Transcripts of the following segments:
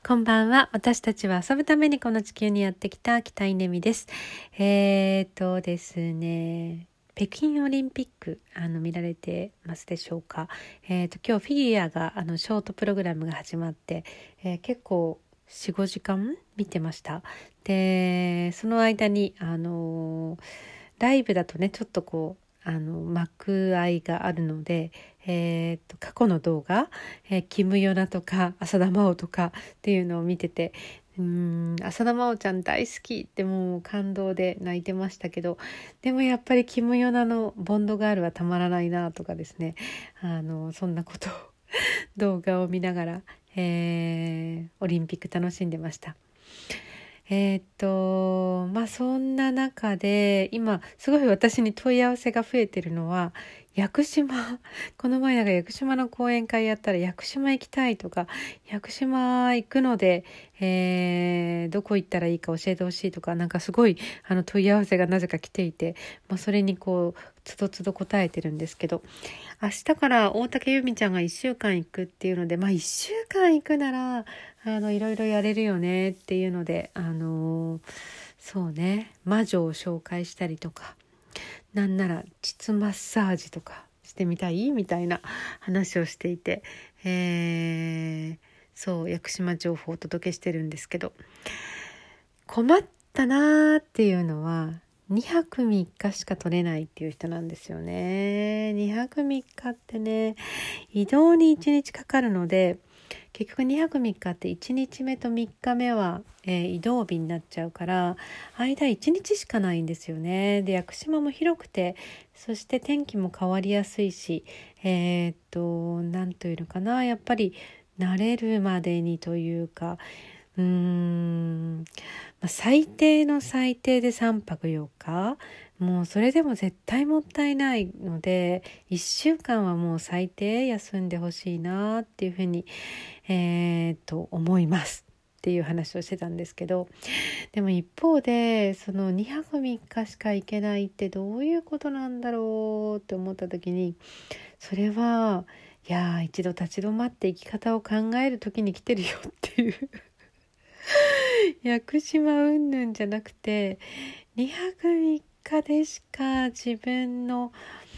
こんばんは。私たちは遊ぶためにこの地球にやってきた北井音美です。ですね、北京オリンピック見られてますでしょうか。今日フィギュアがショートプログラムが始まって、結構4、5時間見てました。で、その間にライブだとね、ちょっと幕間があるので、過去の動画、キム・ヨナとか浅田真央とかっていうのを見てて、浅田真央ちゃん大好きってもう感動で泣いてましたけど、でもやっぱりキム・ヨナのボンドガールはたまらないなとかですね、そんなことを動画を見ながら、オリンピック楽しんでました。そんな中で今すごい私に問い合わせが増えてるのは屋久島。この前屋久島の講演会やったら屋久島行きたいとか、屋久島行くので、どこ行ったらいいか教えてほしいとか、すごい問い合わせがなぜか来ていて、それにつどつど答えてるんですけど、明日から大竹由美ちゃんが1週間行くっていうので、1週間行くならいろいろやれるよねっていうので、そうね、魔女を紹介したりとか、なんなら膣マッサージとかしてみたいみたいな話をしていて、そう屋久島情報をお届けしてるんですけど、困ったなーっていうのは2泊3日しか取れないっていう人なんですよね。2泊3日ってね、移動に1日かかるので、結局2泊3日って1日目と3日目は、移動日になっちゃうから間1日しかないんですよね。で屋久島も広くて、そして天気も変わりやすいし、なんというのかな、やっぱり慣れるまでにというか、最低の最低で3泊4日、もうそれでも絶対もったいないので1週間はもう最低休んでほしいなっていうふうに、思いますっていう話をしてたんですけど、でも一方でその2泊3日しか行けないってどういうことなんだろうって思った時に、それはいや一度立ち止まって生き方を考える時に来てるよっていう屋久島云々じゃなくて、2泊3日でしか自分の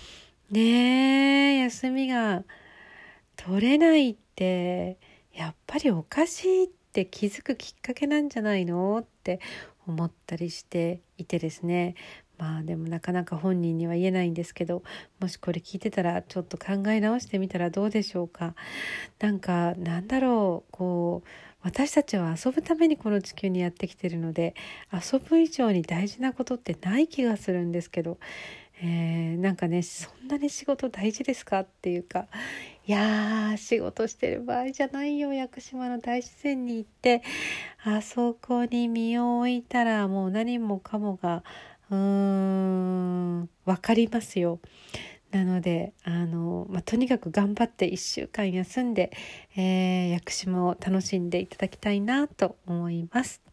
休みが取れないってやっぱりおかしいって気づくきっかけなんじゃないのって思ったりしていてですね。でもなかなか本人には言えないんですけど、もしこれ聞いてたらちょっと考え直してみたらどうでしょうか。なんだろう、私たちは遊ぶためにこの地球にやってきてるので、遊ぶ以上に大事なことってない気がするんですけど、そんなに仕事大事ですかっていうか、いやー仕事してる場合じゃないよ。屋久島の大自然に行ってあそこに身を置いたらもう何もかもが分かりますよ。なのでとにかく頑張って1週間休んで、屋久島を楽しんでいただきたいなと思います。